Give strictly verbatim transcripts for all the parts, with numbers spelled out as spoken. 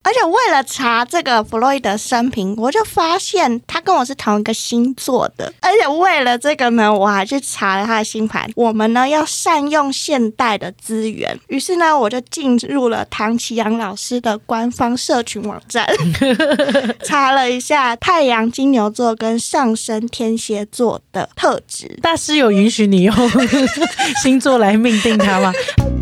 而且为了查这个弗洛伊德生平，我就发现他跟我是同一个星座的，而且为了这个呢，我还去查了他的星盘。我们呢要善用现代的资源，于是呢我就进入了唐綺阳老师的官方社群网站查了一下太阳金牛座跟上升天蝎座的特质。 大师有允许你用星座来命定它吗？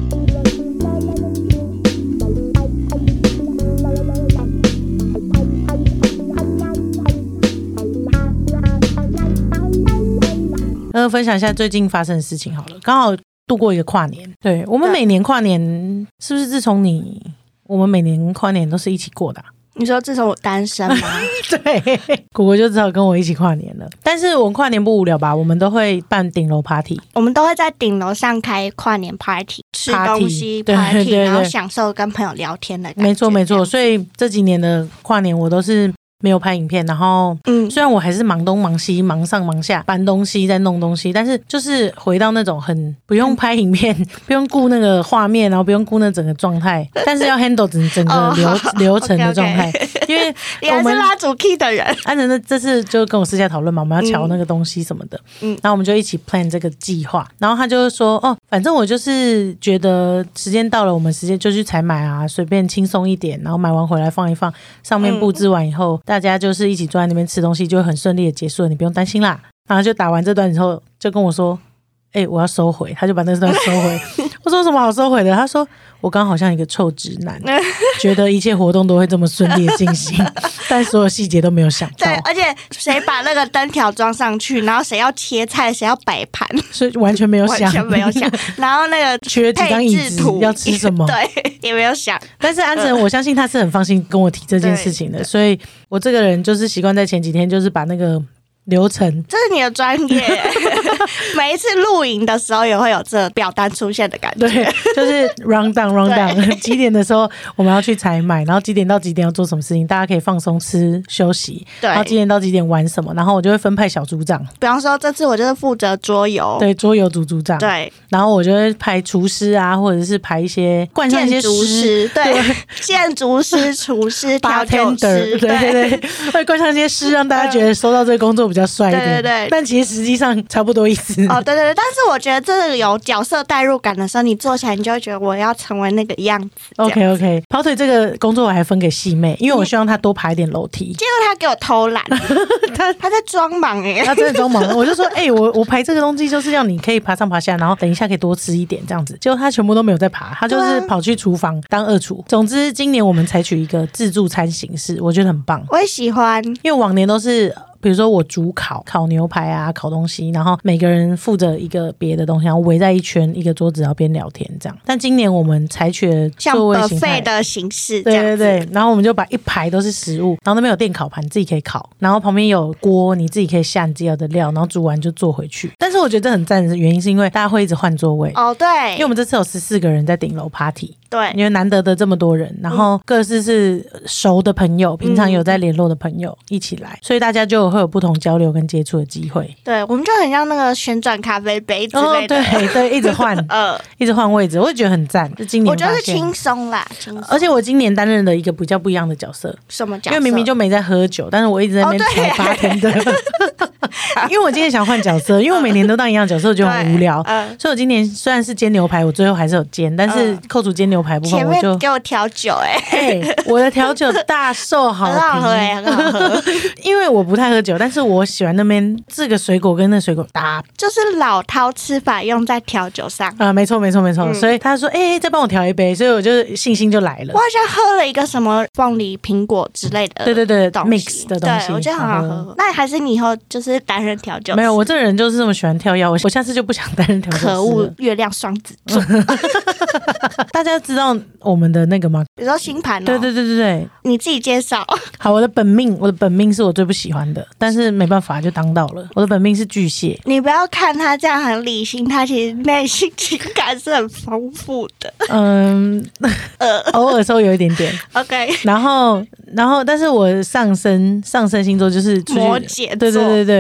呃，分享一下最近发生的事情好了。刚好度过一个跨年，对，我们每年跨年是不是自从你我们每年跨年都是一起过的、啊？ 你说自从我单身吗？ 对，果果就只好跟我一起跨年了。但是我们跨年不无聊吧？我们都会办顶楼 party， 我们都会在顶楼上开跨年 party， 吃东西 party，, party 然后享受跟朋友聊天的感觉。 没错没错，所以这几年的跨年我都是没有拍影片，然后嗯，虽然我还是忙东忙西忙上忙下搬东西在弄东西，但是就是回到那种很不用拍影片、嗯、不用顾那个画面，然后不用顾那整个状态，但是要 handle 整整个流、哦、流程的状态。Okay, okay. 因为你还是拉主 key 的人， 安晨这次就跟我私下讨论嘛，我们要瞧那个东西什么的，嗯，然后我们就一起 plan 这个计划，然后他就说哦，反正我就是觉得时间到了，我们时间就去采买啊，随便轻松一点，然后买完回来放一放，上面布置完以后、嗯、大家就是一起坐在那边吃东西，就会很顺利的结束了，你不用担心啦。然后就打完这段以后就跟我说哎、欸，我要收回，他就把那段收回我说有什么好收回的？他说我刚好像一个臭直男觉得一切活动都会这么顺利的进行但所有细节都没有想到。 对，而且谁把那个灯条装上去，然后谁要切菜，谁要摆盘， 所以完全没有想， 完全没有想然后那个缺几张椅子要吃什么， 对，也没有想。 但是安晨我相信他是很放心跟我提这件事情的，所以我这个人就是习惯在前几天就是把那个流程， 这是你的专业每一次录影的时候也会有这表单出现的感觉。 对，就是 round down round down 几点的时候我们要去采买，然后几点到几点要做什么事情，大家可以放松吃休息，对，然后几点到几点玩什么，然后我就会分派小组长， 比方说这次我就是负责桌游， 对，桌游组组长，对，然后我就会排厨师啊，或者是排一些灌上一些诗， 对，建筑师、厨师、调酒师， 对对对，会灌上一些诗，让大家觉得收到这个工作比较帅一点，对对对，但其实实际上差不多意思。 哦，对对对，但是我觉得这个有角色代入感的时候，你做起来你就会觉得我要成为那个样子。 OK OK， 跑腿这个工作我还分给细妹，因为我希望她多爬一点楼梯。 结果她给我偷懒，她她在装忙哎、欸， 她真的装忙。我就说，哎、欸，我我排这个东西就是要你可以爬上爬下，然后等一下可以多吃一点这样子。结果她全部都没有在爬，她就是跑去厨房当二厨。总之，今年我们采取一个自助餐形式，我觉得很棒。 我也喜欢， 因为往年都是。比如说我煮烤烤牛排啊，烤东西，然后每个人负责一个别的东西，然后围在一圈一个桌子，然后边聊天这样。但今年我们采取了座位形态， 像 buffet 的形式这样子， 对对对，然后我们就把一排都是食物，然后那边有电烤盘，你自己可以烤，然后旁边有锅，你自己可以下你自己要的料，然后煮完就坐回去。但是我觉得这很赞的原因是因为大家会一直换座位哦，对， 因为我们这次有十四个人在顶楼 party。 对， 因为难得的这么多人，然后各自是熟的朋友、嗯、平常有在联络的朋友一起来，所以大家就会有不同交流跟接触的机会。 对，我们就很像那个旋转咖啡杯之类的， 哦、对对，一直换呃，一直换位置，我也觉得很赞。就今年我觉得是轻松啦， 而且我今年担任了一个比较不一样的角色。 什么角色？ 因为明明就没在喝酒，但是我一直在那边调bartender的因为我今天想换角色，因为我每年都当一样角色，我觉得很无聊、呃、所以我今年虽然是煎牛排，我最后还是有煎，但是扣除煎牛排部分我就给我调酒哎、 欸欸，我的调酒大受好评， 很好喝哎、欸，很好喝。 因为我不太喝酒，但是我喜欢那边这个水果跟那水果搭， 就是老饕吃法用在调酒上啊、呃，没错没错没错、嗯。所以他说，哎、欸，再帮我调一杯，所以我就信心就来了。 我好像喝了一个什么凤梨苹果之类的， 对对对 ，mix 的东西， 对我觉得很好喝。那还是你以后就是担任调酒师？ 没有，我这个人就是这么喜欢跳药，我我下次就不想担任调酒师了。 可恶，月亮双子座。 大家知道我们的那个吗？ 比如说星盘、哦， 对对对对对， 你自己介绍。 好，我的本命，我的本命是我最不喜欢的，但是没办法就当到了。我的本命是巨蟹。 你不要看他这样很理性，他其实内心情感是很丰富的。 嗯，呃，偶尔时候有一点点。 OK， 然后然后，但是我上升上升星座就是摩羯座， 对对对对。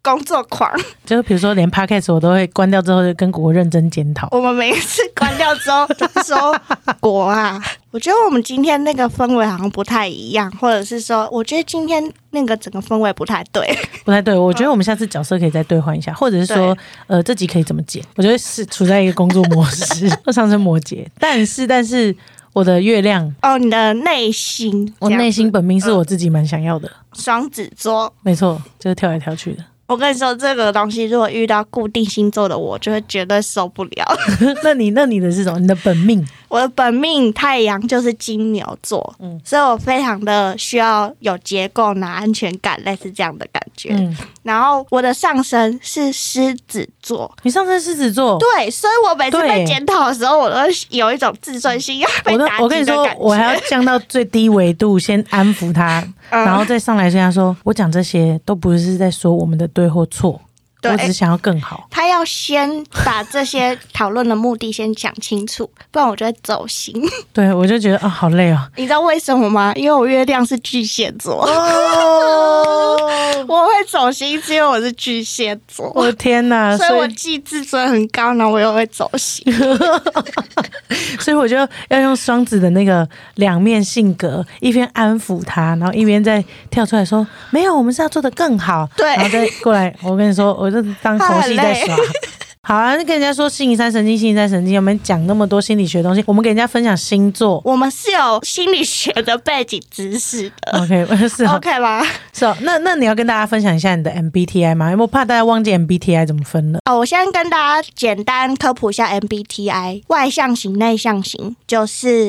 工作狂， 就是比如说连 podcast 我都会关掉之后就跟果果认真检讨。 我们每一次关掉之后就说果啊，我觉得我们今天那个氛围好像不太一样，或者是说我觉得今天那个整个氛围不太对， 不太对。我觉得我们下次角色可以再兑换一下，或者是说呃这集可以怎么剪，我觉得是处在一个工作模式会上升摩羯，但是但是我的月亮哦，你的内心， 我内心本命是我自己蛮想要的， 双子座， 没错，就是跳来跳去的。 我跟你说，这个东西如果遇到固定星座的我，就会绝对受不了。 那你那你的是什么？你的本命？ 我的本命太阳就是金牛座，嗯，所以我非常的需要有结构、拿安全感，类似这样的感觉。嗯，然后我的上升是狮子座， 你上升狮子座， 对，所以我每次被检讨的时候，我都有一种自尊心要被打击的感觉。 我跟你说，我还要降到最低维度，先安抚他，嗯、然后再上来跟他说，我讲这些都不是在说我们的对或错。我只是想要更好， 他要先把这些讨论的目的先讲清楚，不然我就会走心。 对，我就觉得啊，好累哦。 你知道为什么吗？因为我月亮是巨蟹座，哦、我会走心，是因为我是巨蟹座。 我的天哪！ 所以我既自尊很高，然后我又会走心， 所以我就要用双子的那个两面性格，一边安抚他，然后一边再跳出来说：“没有，我们是要做得更好。” 对， 然后再过来，我跟你说，我就当猴戏在耍。好啊，那跟人家说星期三神经，星期三神经，我们讲那么多心理学的东西，我们给人家分享星座， 我们是有心理学的背景知识的。 OK， 是、哦、 OK 吗？ 是、哦、那那你要跟大家分享一下你的 M B T I 吗？有没有怕大家忘记 M B T I 怎么分了？ 哦，我先跟大家简单科普一下 M B T I， 外向型、内向型就是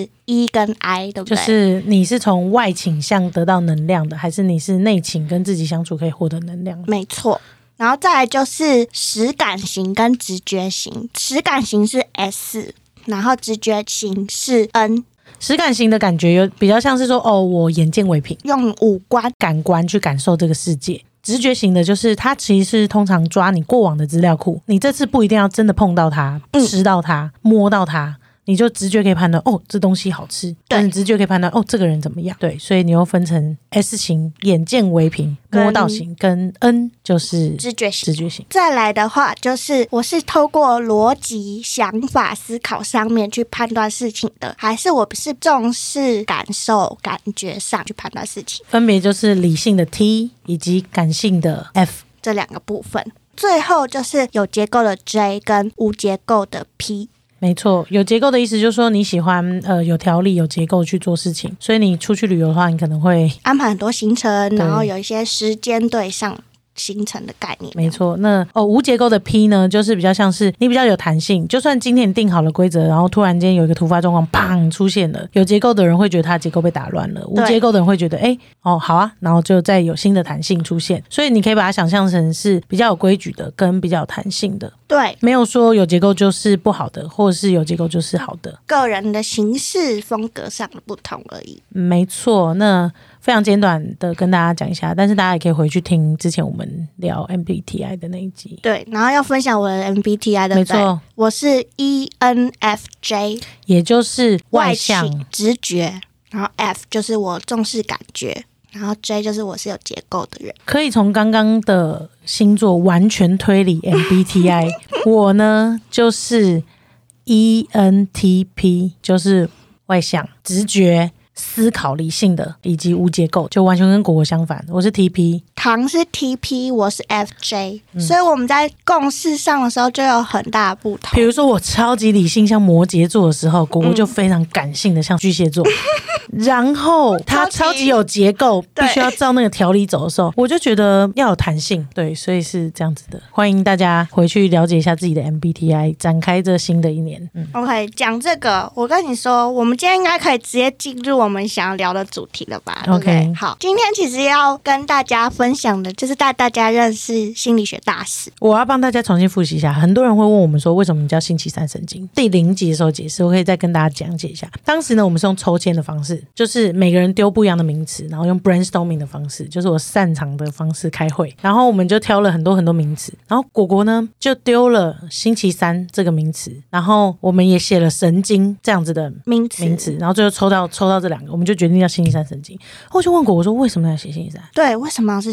E 跟 I， 对不对？ 就是你是从外倾向得到能量的，还是你是内倾跟自己相处可以获得能量的？ 没错。然后再来就是实感型跟直觉型，实感型是 S， 然后直觉型是 N。 实感型的感觉有比较像是说，哦，我眼见为凭， 用五官感官去感受这个世界。直觉型的就是它其实是通常抓你过往的资料库，你这次不一定要真的碰到它、吃到它、摸到它。你就直觉可以判断哦，这东西好吃，但是直觉可以判断哦，这个人怎么样。对，所以你又分成 S 型眼见为凭摸到型，跟 N 就是直觉型。 直觉型再来的话，就是我是透过逻辑、想法、思考上面去判断事情的，还是我是重视感受、感觉上去判断事情？ 分别就是理性的 T 以及感性的 F 这两个部分。最后就是有结构的 J 跟无结构的 P。 没错，有结构的意思就是说你喜欢呃有条理有结构去做事情，所以你出去旅游的话，你可能会安排很多行程，然后有一些时间对上形成的概念。 没错，那哦无结构的 P 呢，就是比较像是你比较有弹性，就算今天你定好了规则，然后突然间有一个突发状况砰出现了，有结构的人会觉得他结构被打乱了，无结构的人会觉得哎哦好啊，然后就再有新的弹性出现，所以你可以把它想象成是比较有规矩的跟比较有弹性的。 对， 没有说有结构就是不好的，或者是有结构就是好的， 个人的形式风格上的不同而已。 没错，那非常简短的跟大家讲一下，但是大家也可以回去听之前我们聊 M B T I 的那一集。 对，然后要分享我的 M B T I 的， 没错， 我是 E N F J， 也就是外向直觉，然后 F 就是我重视感觉，然后 J 就是我是有结构的人。 可以从刚刚的星座完全推理 M B T I 我呢就是 E N T P， 就是外向直觉思考理性的以及无结构，就完全跟果果相反。我是 T P， 唐是 T P， 我是 F J，嗯、所以我们在共事上的时候就有很大的不同。 比如说我超级理性像摩羯座的时候，果果就非常感性的像巨蟹座、嗯、然后他超级有结构必须要照那个条理走的时候，我就觉得要有弹性。对，所以是这样子的。欢迎大家回去了解一下自己的 M B T I， 展开这新的一年。嗯、 OK， 讲这个我跟你说，我们今天应该可以直接进入我们想要聊的主题了吧？ OK， 对不对？好，今天其实要跟大家分享的就是带大家认识心理学大师。 我要帮大家重新复习一下，很多人会问我们说为什么你叫星期三神经。第零集的时候解释，我可以再跟大家讲解一下。当时呢，我们是用抽签的方式，就是每个人丢不一样的名词，然后用 brainstorming 的方式，就是我擅长的方式开会，然后我们就挑了很多很多名词，然后果果呢就丢了星期三这个名词，然后我们也写了神经这样子的名词，名词然后最后抽到抽到这两个，我们就决定叫星期三神经。我就问果果说为什么要写星期三？ 对，为什么要是星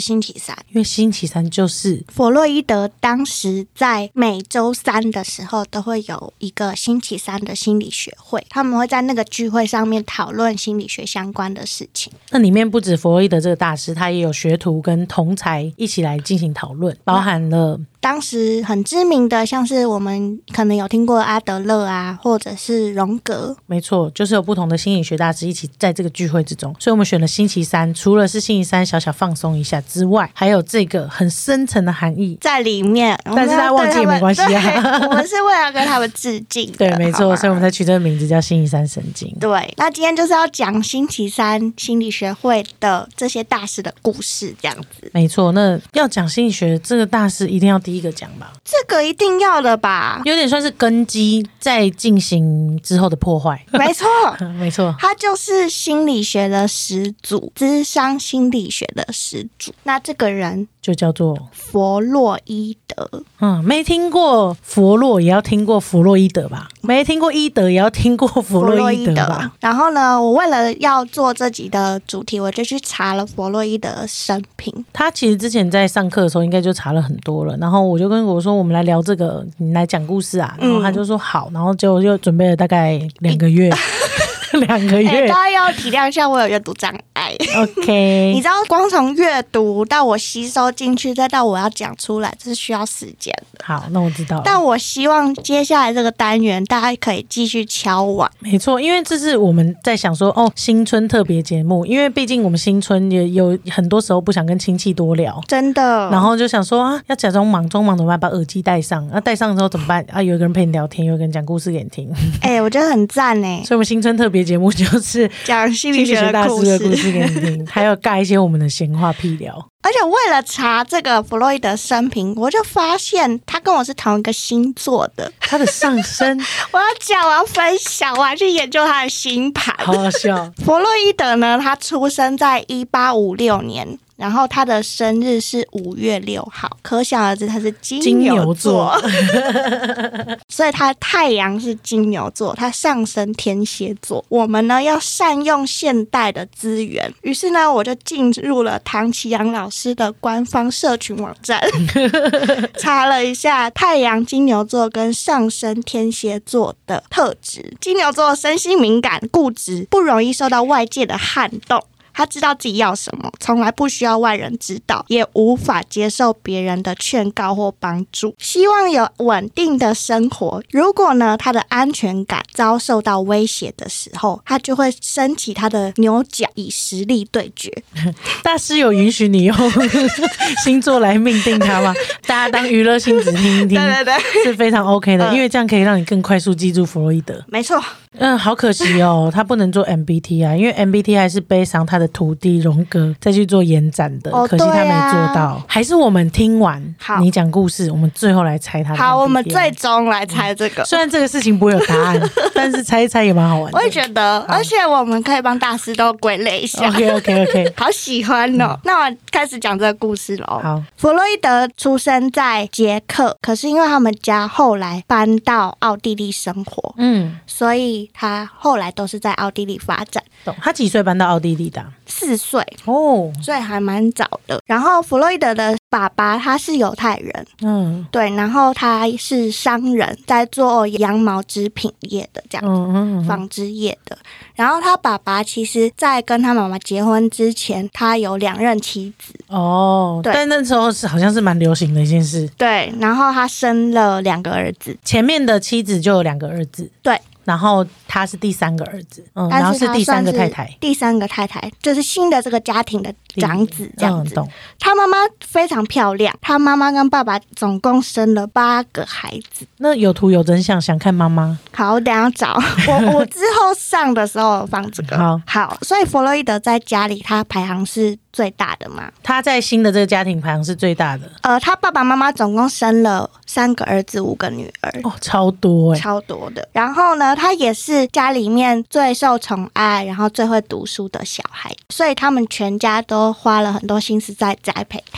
星期三？ 因为星期三就是弗洛伊德当时在每周三的时候都会有一个星期三的心理学会，他们会在那个聚会上面讨论心理学相关的事情。 那里面不止弗洛伊德这个大师，他也有学徒跟同才一起来进行讨论，包含了当时很知名的，像是我们可能有听过阿德勒啊，或者是荣格。 没错，就是有不同的心理学大师一起在这个聚会之中，所以我们选了星期三，除了是星期三小小放松一下之外，还有这个很深层的含义在里面。 但是大家忘记也没关系啊， 我们是为了跟他们致敬的。 对，没错，所以我们才取这个名字叫星期三神经。 对，那今天就是要讲星期三心理学会的这些大师的故事，这样子。 没错，那要讲心理学这个大师，一定要第一个讲吧？ 这个一定要的吧？ 有点算是根基，在进行之后的破坏。 没错， 没错， 他就是心理学的始祖，諮商心理学的始祖。那这个人就叫做弗洛伊德。 嗯，没听过弗洛也要听过弗洛伊德吧？没听过伊德也要听过弗洛伊德吧？ 然后呢，我为了要做这集的主题，我就去查了弗洛伊德的生平。 他其实之前在上课的时候应该就查了很多了，然后我就跟我说我们来聊这个，你来讲故事啊，然后他就说好，然后结果就准备了大概两个月。两个月、 欸，大家要体谅一下，我有阅读障碍。 OK， 你知道，光从阅读到我吸收进去，再到我要讲出来，这是需要时间的。 好，那我知道了。 但我希望接下来这个单元，大家可以继续敲碗。 没错，因为这是我们在想说，哦，新春特别节目，因为毕竟我们新春也有很多时候不想跟亲戚多聊， 真的。 然后就想说啊，要假装忙，装忙怎么办？把耳机戴上，那、啊、戴上之后怎么办？啊，有一个人陪你聊天，有一个人讲故事给你听。 哎、欸，我觉得很赞哎。 所以，我们新春特别节目就是讲心理学大师的故事给你听，还有盖一些我们的闲话屁聊。 而且为了查这个弗洛伊德生平，我就发现他跟我是同一个星座的。 他的上升， 我要讲，我要分享，我要去研究他的星盘， 好好笑。 弗洛伊德呢，他出生在一八五六年。然后他的生日是五月六号，可想而知他是金牛座，金牛座所以他太阳是金牛座，他上升天蝎座。我们呢要善用现代的资源，于是呢我就进入了唐启阳老师的官方社群网站，查了一下太阳金牛座跟上升天蝎座的特质。金牛座身心敏感、固执，不容易受到外界的撼动。他知道自己要什么，从来不需要外人指导，也无法接受别人的劝告或帮助，希望有稳定的生活。如果呢，他的安全感遭受到威胁的时候，他就会升起他的牛角，以实力对决。 大师有允许你用星座来命定他吗？大家当娱乐性质听一听，对对对，是非常 OK 的，因为这样可以让你更快速记住弗洛伊德。 没错。 嗯，好可惜哦，他不能做 M B T I， 因为 M B T I 是背上他的徒弟荣格再去做延展的，哦、可惜他没做到、啊。还是我们听完你讲故事，我们最后来猜他的 M B T I。 好，我们最终来猜这个、嗯。 虽然这个事情不会有答案，但是猜一猜也蛮好玩的。 我也觉得，而且我们可以帮大师都归类一下。 OK OK OK， 好喜欢哦、嗯。那我开始讲这个故事喽。 好， 弗洛伊德出生在捷克，可是因为他们家后来搬到奥地利生活，嗯，所以他后来都是在奥地利发展。 懂？他几岁搬到奥地利的、啊？ 四岁哦， 所以还蛮早的。然后弗洛伊德的爸爸他是犹太人，嗯，对，然后他是商人，在做羊毛织品业的这样子，嗯嗯嗯纺织业的。然后他爸爸其实在跟他妈妈结婚之前，他有两任妻子。 哦，对，但那时候是好像是蛮流行的一件事。 对，然后他生了两个儿子， 前面的妻子就有两个儿子。 对。 然后他是第三个儿子，嗯，然后是第三个太太， 第三个太太就是新的这个家庭的长子这样子。 嗯、 他妈妈非常漂亮，他妈妈跟爸爸总共生了八个孩子。 那有图有真相，想看妈妈？ 好，我等一下找我，我之后上的时候放这个。 好， 好，所以弗洛伊德在家里他排行是最大的嘛？ 他在新的这个家庭排行是最大的。 呃，他爸爸妈妈总共生了三个儿子，五个女儿。 哦，超多哎、欸， 超多的。然后呢，他也是家里面最受宠爱，然后最会读书的小孩，所以他们全家都花了很多心思在栽培他。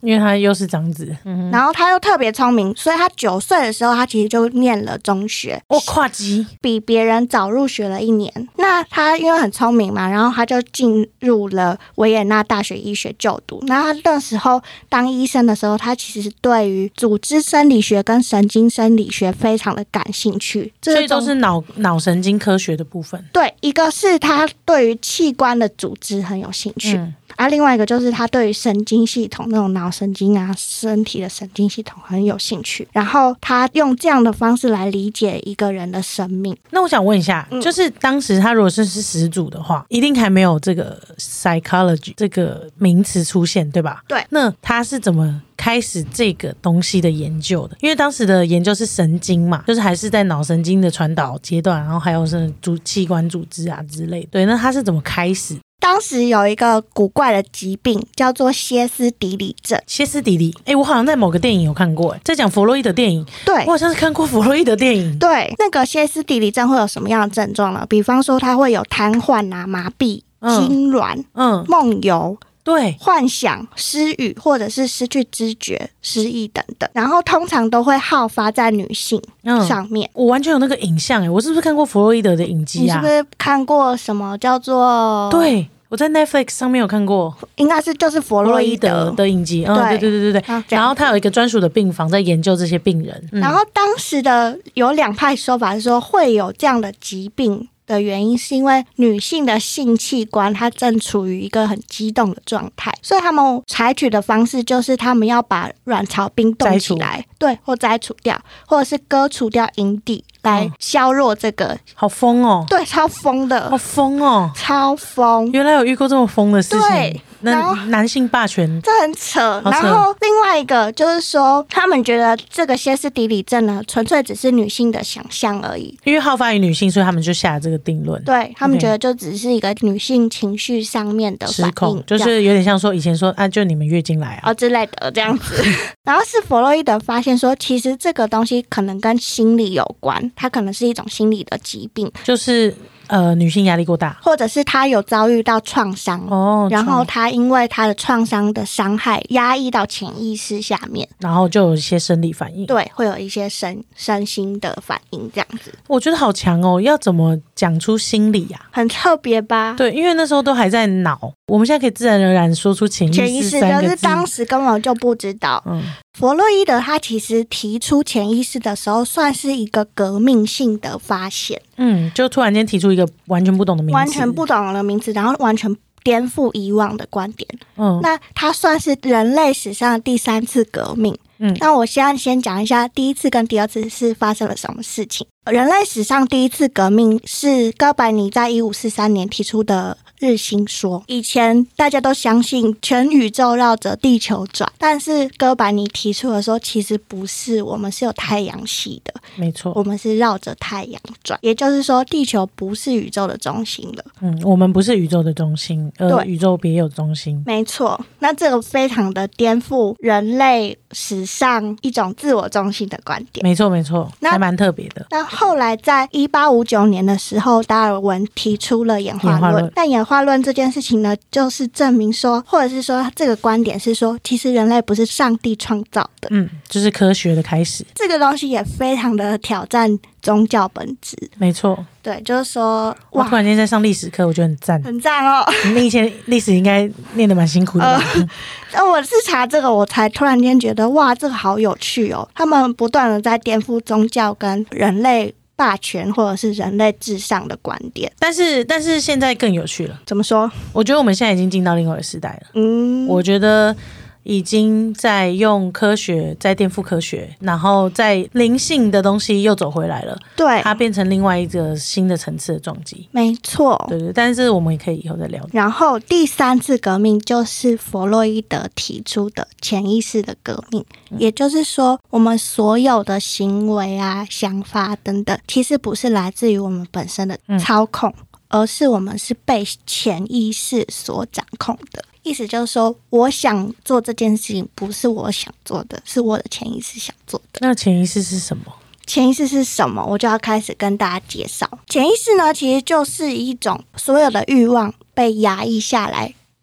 因为他又是长子， 嗯、然后他又特别聪明，所以他九岁的时候，他其实就念了中学， 哦，跨级， 比别人早入学了一年。那他因为很聪明嘛，然后他就进入了维也纳大学医学就读。那他那时候当医生的时候，他其实对于组织生理学跟神经生理学非常的感兴趣， 所以都是脑脑神经科学的部分。 对，一个是他对于器官的组织很有兴趣。嗯啊，另外一个就是他对于神经系统那种脑神经啊，身体的神经系统很有兴趣，然后他用这样的方式来理解一个人的生命。 那我想问一下，嗯、就是当时他如果是是始祖的话，一定还没有这个 psychology 这个名词出现，对吧？ 对。 那他是怎么开始这个东西的研究的？因为当时的研究是神经嘛，就是还是在脑神经的传导阶段，然后还有是组器官组织啊之类的。对，那他是怎么开始？ 当时有一个古怪的疾病叫做歇斯底里症。 歇斯底里，哎，我好像在某个电影有看过，在讲弗洛伊德电影。 对， 我好像是看过弗洛伊德电影。 对，那个歇斯底里症会有什么样的症状呢？比方说，它会有瘫痪啊、麻痹、痉挛、嗯、梦游。 对， 幻想、失语或者是失去知觉、失忆等等，然后通常都会好发在女性上面。 嗯、我完全有那个影像哎，我是不是看过弗洛伊德的影集啊？ 你是不是看过什么叫做？ 对，我在 Netflix 上面有看过， 应该是就是弗洛伊德的影集。嗯，对对对对对。然后他有一个专属的病房在研究这些病人。 嗯、然后当时的有两派说法是说会有这样的疾病的原因是因为女性的性器官它正处于一个很激动的状态，所以他们采取的方式就是他们要把卵巢冰冻起来，对，或摘除掉，或者是割除掉阴蒂来削弱这个、嗯、 好疯哦， 对，超疯的， 好疯哦， 超疯， 原来有遇过这么疯的事情。 对， 那男性霸权这很扯。然后另外一个就是说他们觉得这个歇斯底里症呢纯粹只是女性的想象而已， 因为好发于女性，所以他们就下了这个定论。 对，他们觉得就只是一个女性情绪上面的反应，失控， 就是有点像说以前说啊就你们月经来啊、 哦、之类的这样子然后是弗洛伊德发现说其实这个东西可能跟心理有关，它可能是一种心理的疾病， 就是呃，女性压力过大， 或者是她有遭遇到创伤哦，然后她因为她的创伤的伤害压抑到潜意识下面， 然后就有一些生理反应， 对，会有一些身身心的反应这样子。 我觉得好强哦，要怎么讲出心理啊？ 很特别吧？ 对，因为那时候都还在脑，我们现在可以自然而然说出潜意识三个字，潜意识就是当时根本就不知道。嗯。弗洛伊德他其实提出潜意识的时候算是一个革命性的发现， 嗯，就突然间提出一个完全不懂的名词， 完全不懂的名词，然后完全颠覆以往的观点，嗯，那他算是人类史上的第三次革命。嗯，那我现在先讲一下第一次跟第二次是发生了什么事情。人类史上第一次革命是哥白尼在一五四三年提出的日心说。以前大家都相信全宇宙绕着地球转，但是哥白尼提出的说其实不是，我们是有太阳系的， 没错， 我们是绕着太阳转，也就是说地球不是宇宙的中心了。 嗯，我们不是宇宙的中心，而宇宙别有中心。 没错，那这个非常的颠覆人类史上一种自我中心的观点。 没错没错，还蛮特别的。 那后来在一八五九年的时候，达尔文提出了演化论。演化论但演化论这件事情呢，就是证明说，或者是说这个观点是说，其实人类不是上帝创造的。 嗯，就是科学的开始。 这个东西也非常的挑战宗教本质。 没错。 对，就是说， 我突然间在上历史课，我觉得很赞， 很赞哦。 你以前历史应该念得蛮辛苦的吧？ 呃，我是查这个，我才突然间觉得，哇，这个好有趣哦。他们不断的在颠覆宗教跟人类霸权或者是人类至上的观点。 但是，但是现在更有趣了。 怎么说？ 我觉得我们现在已经进到另外一个时代了。 嗯， 我觉得已经在用科学在颠覆科学，然后在灵性的东西又走回来了。 对， 它变成另外一个新的层次的撞击。 没错， 对对，但是我们也可以以后再聊。 然后第三次革命就是弗洛伊德提出的潜意识的革命，嗯、也就是说，我们所有的行为啊、想法等等，其实不是来自于我们本身的操控，嗯、而是我们是被潜意识所掌控的。意思就是说，我想做这件事情不是我想做的，是我的潜意识想做的。 那潜意识是什么？ 潜意识是什么？我就要开始跟大家介绍。潜意识呢，其实就是一种所有的欲望被压抑下来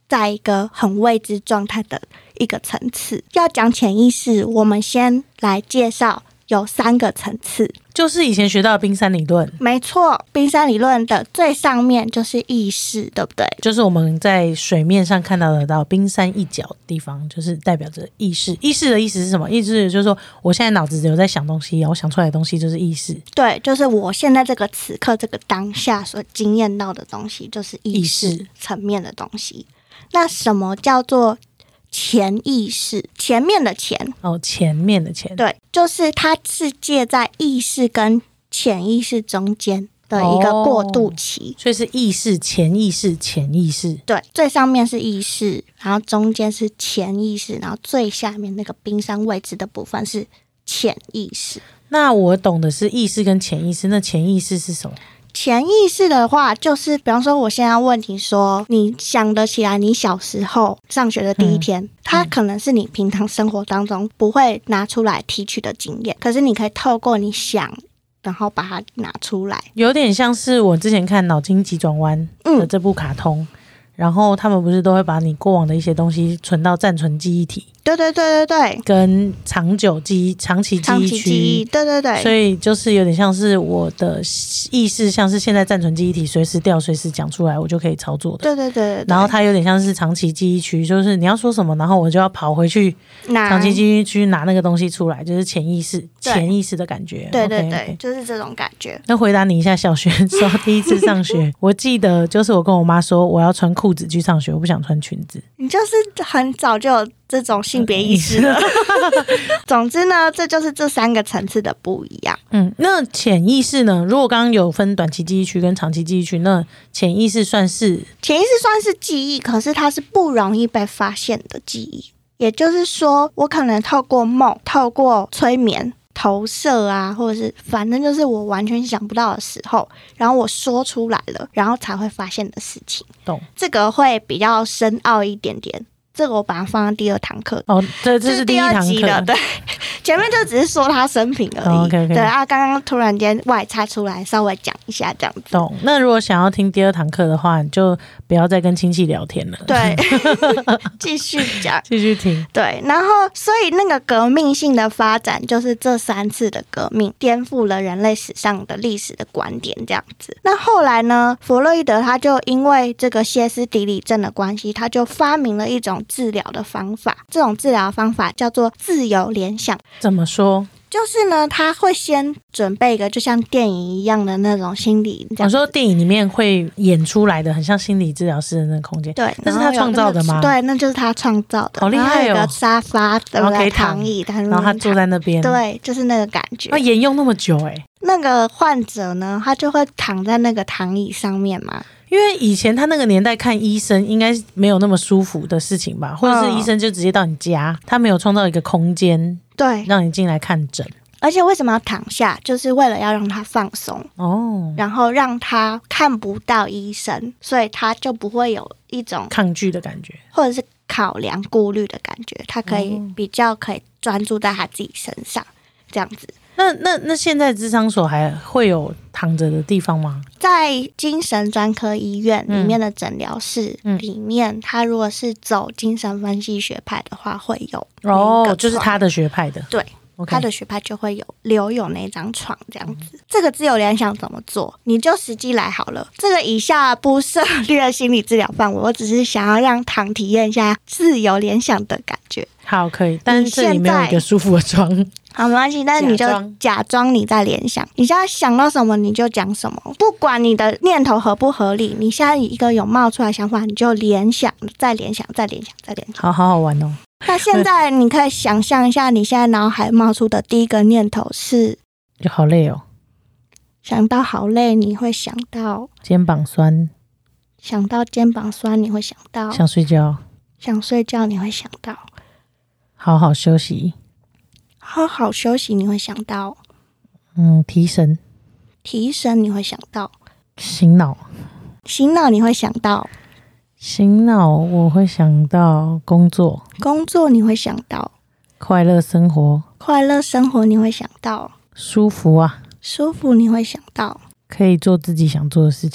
在一个很未知状态的一个层次。要讲潜意识，我们先来介绍有三个层次， 就是以前学到的冰山理论。 没错，冰山理论的最上面就是意识，对不对？ 就是我们在水面上看到得到冰山一角的地方，就是代表着意识。意识的意思是什么？意识就是说我现在脑子有在想东西，我想出来的东西就是意识。 对，就是我现在这个此刻这个当下所经验到的东西就是意识层面的东西。那什么叫做潜意识？前面的前哦，前面的前， 对，就是它是介在意识跟潜意识中间的一个过渡期， 哦，所以是意识、潜意识、潜意识。 对，最上面是意识，然后中间是潜意识，然后最下面那个冰山位置的部分是潜意识。 那我懂的是意识跟潜意识，那潜意识是什么？ 潜意识的话，就是比方说我现在问你说，你想得起来你小时候上学的第一天，嗯，它可能是你平常生活当中不会拿出来提取的经验，可是你可以透过你想然后把它拿出来，有点像是我之前看脑筋急转弯的这部卡通，嗯，然后他们不是都会把你过往的一些东西存到暂存记忆体， 对对对对对， 跟长久记忆、长期记忆区， 对对对， 所以就是有点像是我的意识，像是现在暂存记忆体，随时调、随时讲出来，我就可以操作的。 对对 对, 对, 对， 然后它有点像是长期记忆区，就是你要说什么，然后我就要跑回去长期记忆区拿那个东西出来，就是潜意识、潜意识的感觉。 对对对， okay, okay 就是这种感觉。 那回答你一下，小学时候第一次上学，我记得就是我跟我妈说，我要穿裤子去上学，我不想穿裙子。 你就是很早就有这种性别意识了。总之呢，这就是这三个层次的不一样。 嗯，那潜意识呢？如果刚刚有分短期记忆区跟长期记忆区，那潜意识算是潜意识算是记忆，可是它是不容易被发现的记忆。也就是说，我可能透过梦、透过催眠、投射啊，或者是反正就是我完全想不到的时候，然后我说出来了，然后才会发现的事情。 懂？ 这个会比较深奥一点点。这个我把它放在第二堂课哦，对，这是第一堂课的，对，前面就只是说他生平而已。 哦、okay, okay 对啊，刚刚突然间外插出来，稍微讲一下这样子。 懂。那如果想要听第二堂课的话，你就不要再跟亲戚聊天了。 对，继续讲， 继续听。 对，然后所以那个革命性的发展，就是这三次的革命颠覆了人类史上的历史的观点，这样子。那后来呢，弗洛伊德他就因为这个歇斯底里症的关系，他就发明了一种治疗的方法，这种治疗方法叫做自由联想。 怎么说？ 就是呢，他会先准备一个就像电影一样的那种心理， 我说电影里面会演出来的很像心理治疗师的那个空间。 对， 那是他创造的吗？ 对，那就是他创造的。 好厉害哦！ 有个沙发，对不对？躺椅， 然后他坐在那边， 对，就是那个感觉。 他沿用那么久哎、欸， 那个患者呢，他就会躺在那个躺椅上面嘛。 因为以前他那个年代看医生应该没有那么舒服的事情吧，或者是医生就直接到你家，嗯、他没有创造一个空间， 对， 让你进来看诊。 而且为什么要躺下，就是为了要让他放松哦，然后让他看不到医生，所以他就不会有一种抗拒的感觉， 或者是考量顾虑的感觉，他可以比较可以专注在他自己身上，这样子。 那那那现在諮商所还会有躺着的地方吗？ 在精神专科医院里面的诊疗室里面，嗯、他如果是走精神分析学派的话，会有哦，就是他的学派的， 对。Okay. 他的学派就会有留有那张床这样子。这个自由联想怎么做？你就实际来好了。这个以下不涉猎心理治疗范围，我只是想要让唐体验一下自由联想的感觉。 好，可以，但是这里没有一个舒服的床。 好，没关系，但是你就假装你在联想，你现在想到什么你就讲什么，不管你的念头合不合理，你现在一个有冒出来的想法，你就联想，再联想，再联想，再联想。 好好好玩哦。 那现在你可以想象一下，你现在脑海冒出的第一个念头是， 就好累哦。 想到好累，你会想到肩膀酸。 想到肩膀酸，你会想到想睡觉。 想睡觉，你会想到好好休息。 好好休息，你会想到嗯提神。 提神，你会想到醒脑。 醒脑，你会想到醒脑，我会想到工作。 工作，你会想到快乐生活。 快乐生活，你会想到舒服啊。 舒服，你会想到可以做自己想做的事情。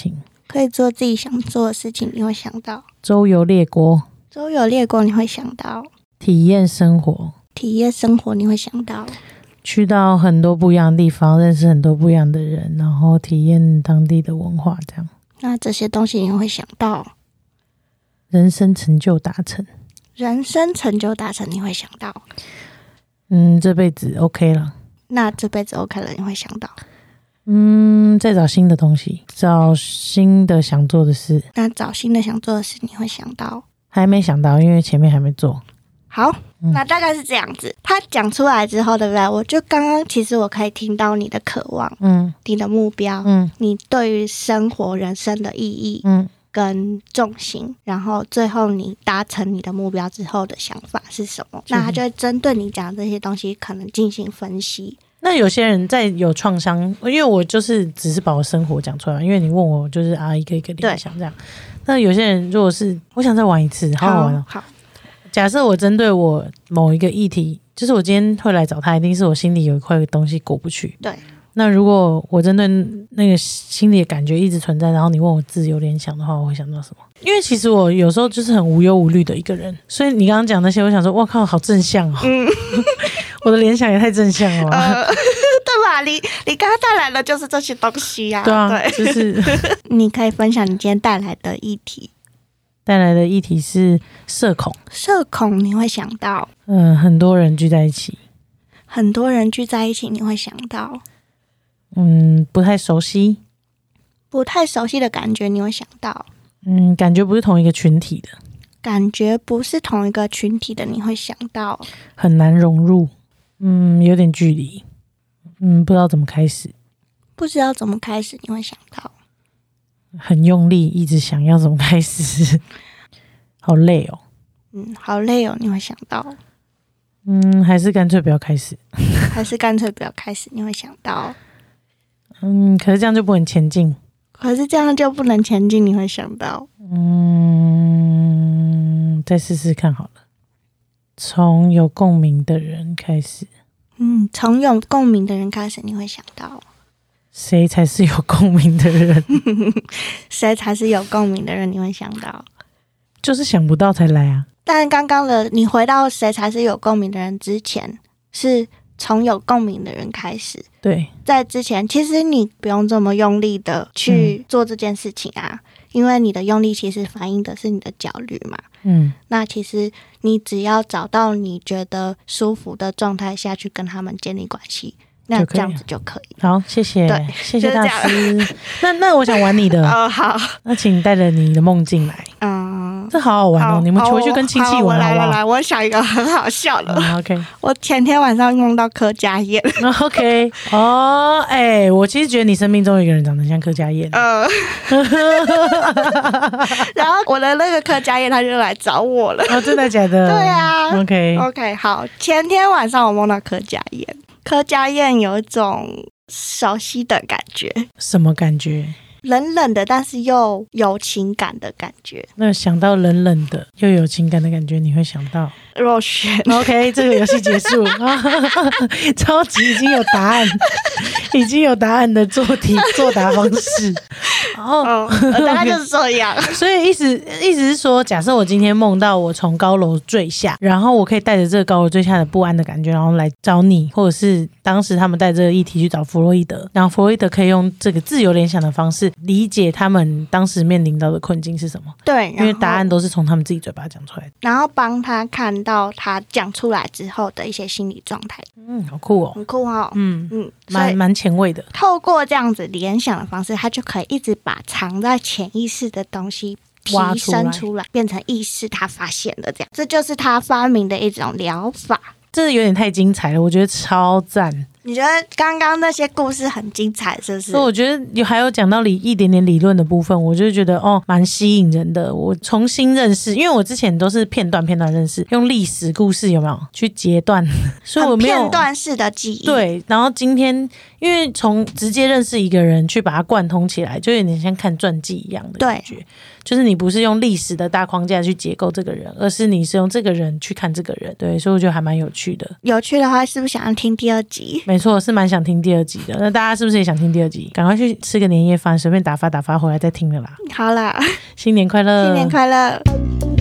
可以做自己想做的事情，你会想到周游列国， 周游列国，你会想到体验生活， 体验生活，你会想到去到很多不一样的地方，认识很多不一样的人，然后体验当地的文化，这样。 那这些东西你会想到人生成就达成， 人生成就达成，你会想到嗯，这辈子 OK 了。 那这辈子 OK 了，你会想到嗯，再找新的东西，找新的想做的事。 那找新的想做的事，你会想到还没想到，因为前面还没做。 好，那大概是这样子。他讲出来之后，对不对？我就刚刚其实我可以听到你的渴望，嗯，你的目标，嗯，你对于生活人生的意义，嗯，跟重心，然后最后你达成你的目标之后的想法是什么？那他就会针对你讲的这些东西，可能进行分析。 那有些人在有创伤，因为我就是只是把我生活讲出来，因为你问我就是啊一个一个联想这样。那有些人如果是我想再玩一次，好好玩哦。好，假设我针对我某一个议题，就是我今天会来找他，一定是我心里有一块东西过不去。对。那如果我针对那个心里的感觉一直存在，然后你问我自由联想的话，我会想到什么？因为其实我有时候就是很无忧无虑的一个人，所以你刚刚讲那些，我想说，哇靠，好正向哦！嗯、我的联想也太正向了吧、呃， 对吧？你你刚刚带来的就是这些东西呀、啊， 对啊， 对， 就是你可以分享你今天带来的议题。 带来的议题是社恐， 社恐你会想到， 嗯、呃，很多人聚在一起， 很多人聚在一起，你会想到。 嗯，不太熟悉， 不太熟悉的感觉，你会想到， 嗯，感觉不是同一个群体的， 感觉不是同一个群体的，你会想到， 很难融入，嗯，有点距离，嗯，不知道怎么开始， 不知道怎么开始，你会想到， 很用力，一直想要怎么开始，好累哦， 嗯，好累哦，你会想到， 嗯，还是干脆不要开始， 还是干脆不要开始，你会想到。 嗯，可是这样就不能前进。 可是这样就不能前进，你会想到， 嗯，再试试看好了。从有共鸣的人开始。 嗯，从有共鸣的人开始，你会想到， 谁才是有共鸣的人？ 谁才是有共鸣的人？你会想到， 就是想不到才来啊。 但刚刚的你回到谁才是有共鸣的人之前，是从有共鸣的人开始。 对， 在之前其实你不用这么用力的去做这件事情啊、嗯、因为你的用力其实反映的是你的焦虑嘛。嗯，那其实你只要找到你觉得舒服的状态下去跟他们建立关系，那这样子就可以。 好，谢谢，对，谢谢大师。那那我想玩你的哦，好，那请你带着你的梦进来。嗯，这好好玩哦，你们回去跟亲戚玩好不好？ 来来来，我想一个很好笑的。 嗯、OK， 我前天晚上梦到柯佳嬿。 OK， 哦，哎、欸，我其实觉得你生命中有一个人长得像柯佳嬿。呃， 然后我的那个柯佳嬿他就来找我了。 哦，真的假的？ 对啊。 OK OK， 好，前天晚上我梦到柯佳嬿。柯佳嬿有一种熟悉的感觉。 什么感觉？ 冷冷的，但是又有情感的感觉。 那想到冷冷的又有情感的感觉，你会想到若瑄。 OK， 这个游戏结束。超级已经有答案，已经有答案的做题作答方式。 哦，大概就是这样。 所以意思意思是说，假设我今天梦到我从高楼坠下，然后我可以带着这个高楼坠下的不安的感觉，然后来找你，或者是当时他们带这个议题去找弗洛伊德，然后弗洛伊德可以用这个自由联想的方式理解他们当时面临到的困境是什么。 对， 因为答案都是从他们自己嘴巴讲出来的， 然后帮他看到他讲出来之后的一些心理状态。 嗯，好酷哦， 很酷哦。嗯嗯， 蛮蛮前卫的。 透过这样子联想的方式，他就可以一直把藏在潜意识的东西提升出来，变成意识他发现的这样，这就是他发明的一种疗法。 这有点太精彩了，我觉得超赞。 你觉得刚刚那些故事很精彩是不是？ 所以我觉得有还有讲到理一点点理论的部分，我就觉得哦蛮吸引人的。我重新认识，因为我之前都是片段片段认识，用历史故事有没有去截断，所以我没有片段式的记忆。 对，然后今天因为从直接认识一个人去把它贯通起来，就有点像看传记一样的感觉。 就是你不是用历史的大框架去解构这个人，而是你是用这个人去看这个人。对，所以我觉得还蛮有趣的。 有趣的话是不是想要听第二集？ 没错，是蛮想听第二集的。那大家是不是也想听第二集？赶快去吃个年夜饭，随便打发打发回来再听了啦。 好啦， 新年快乐， 新年快乐。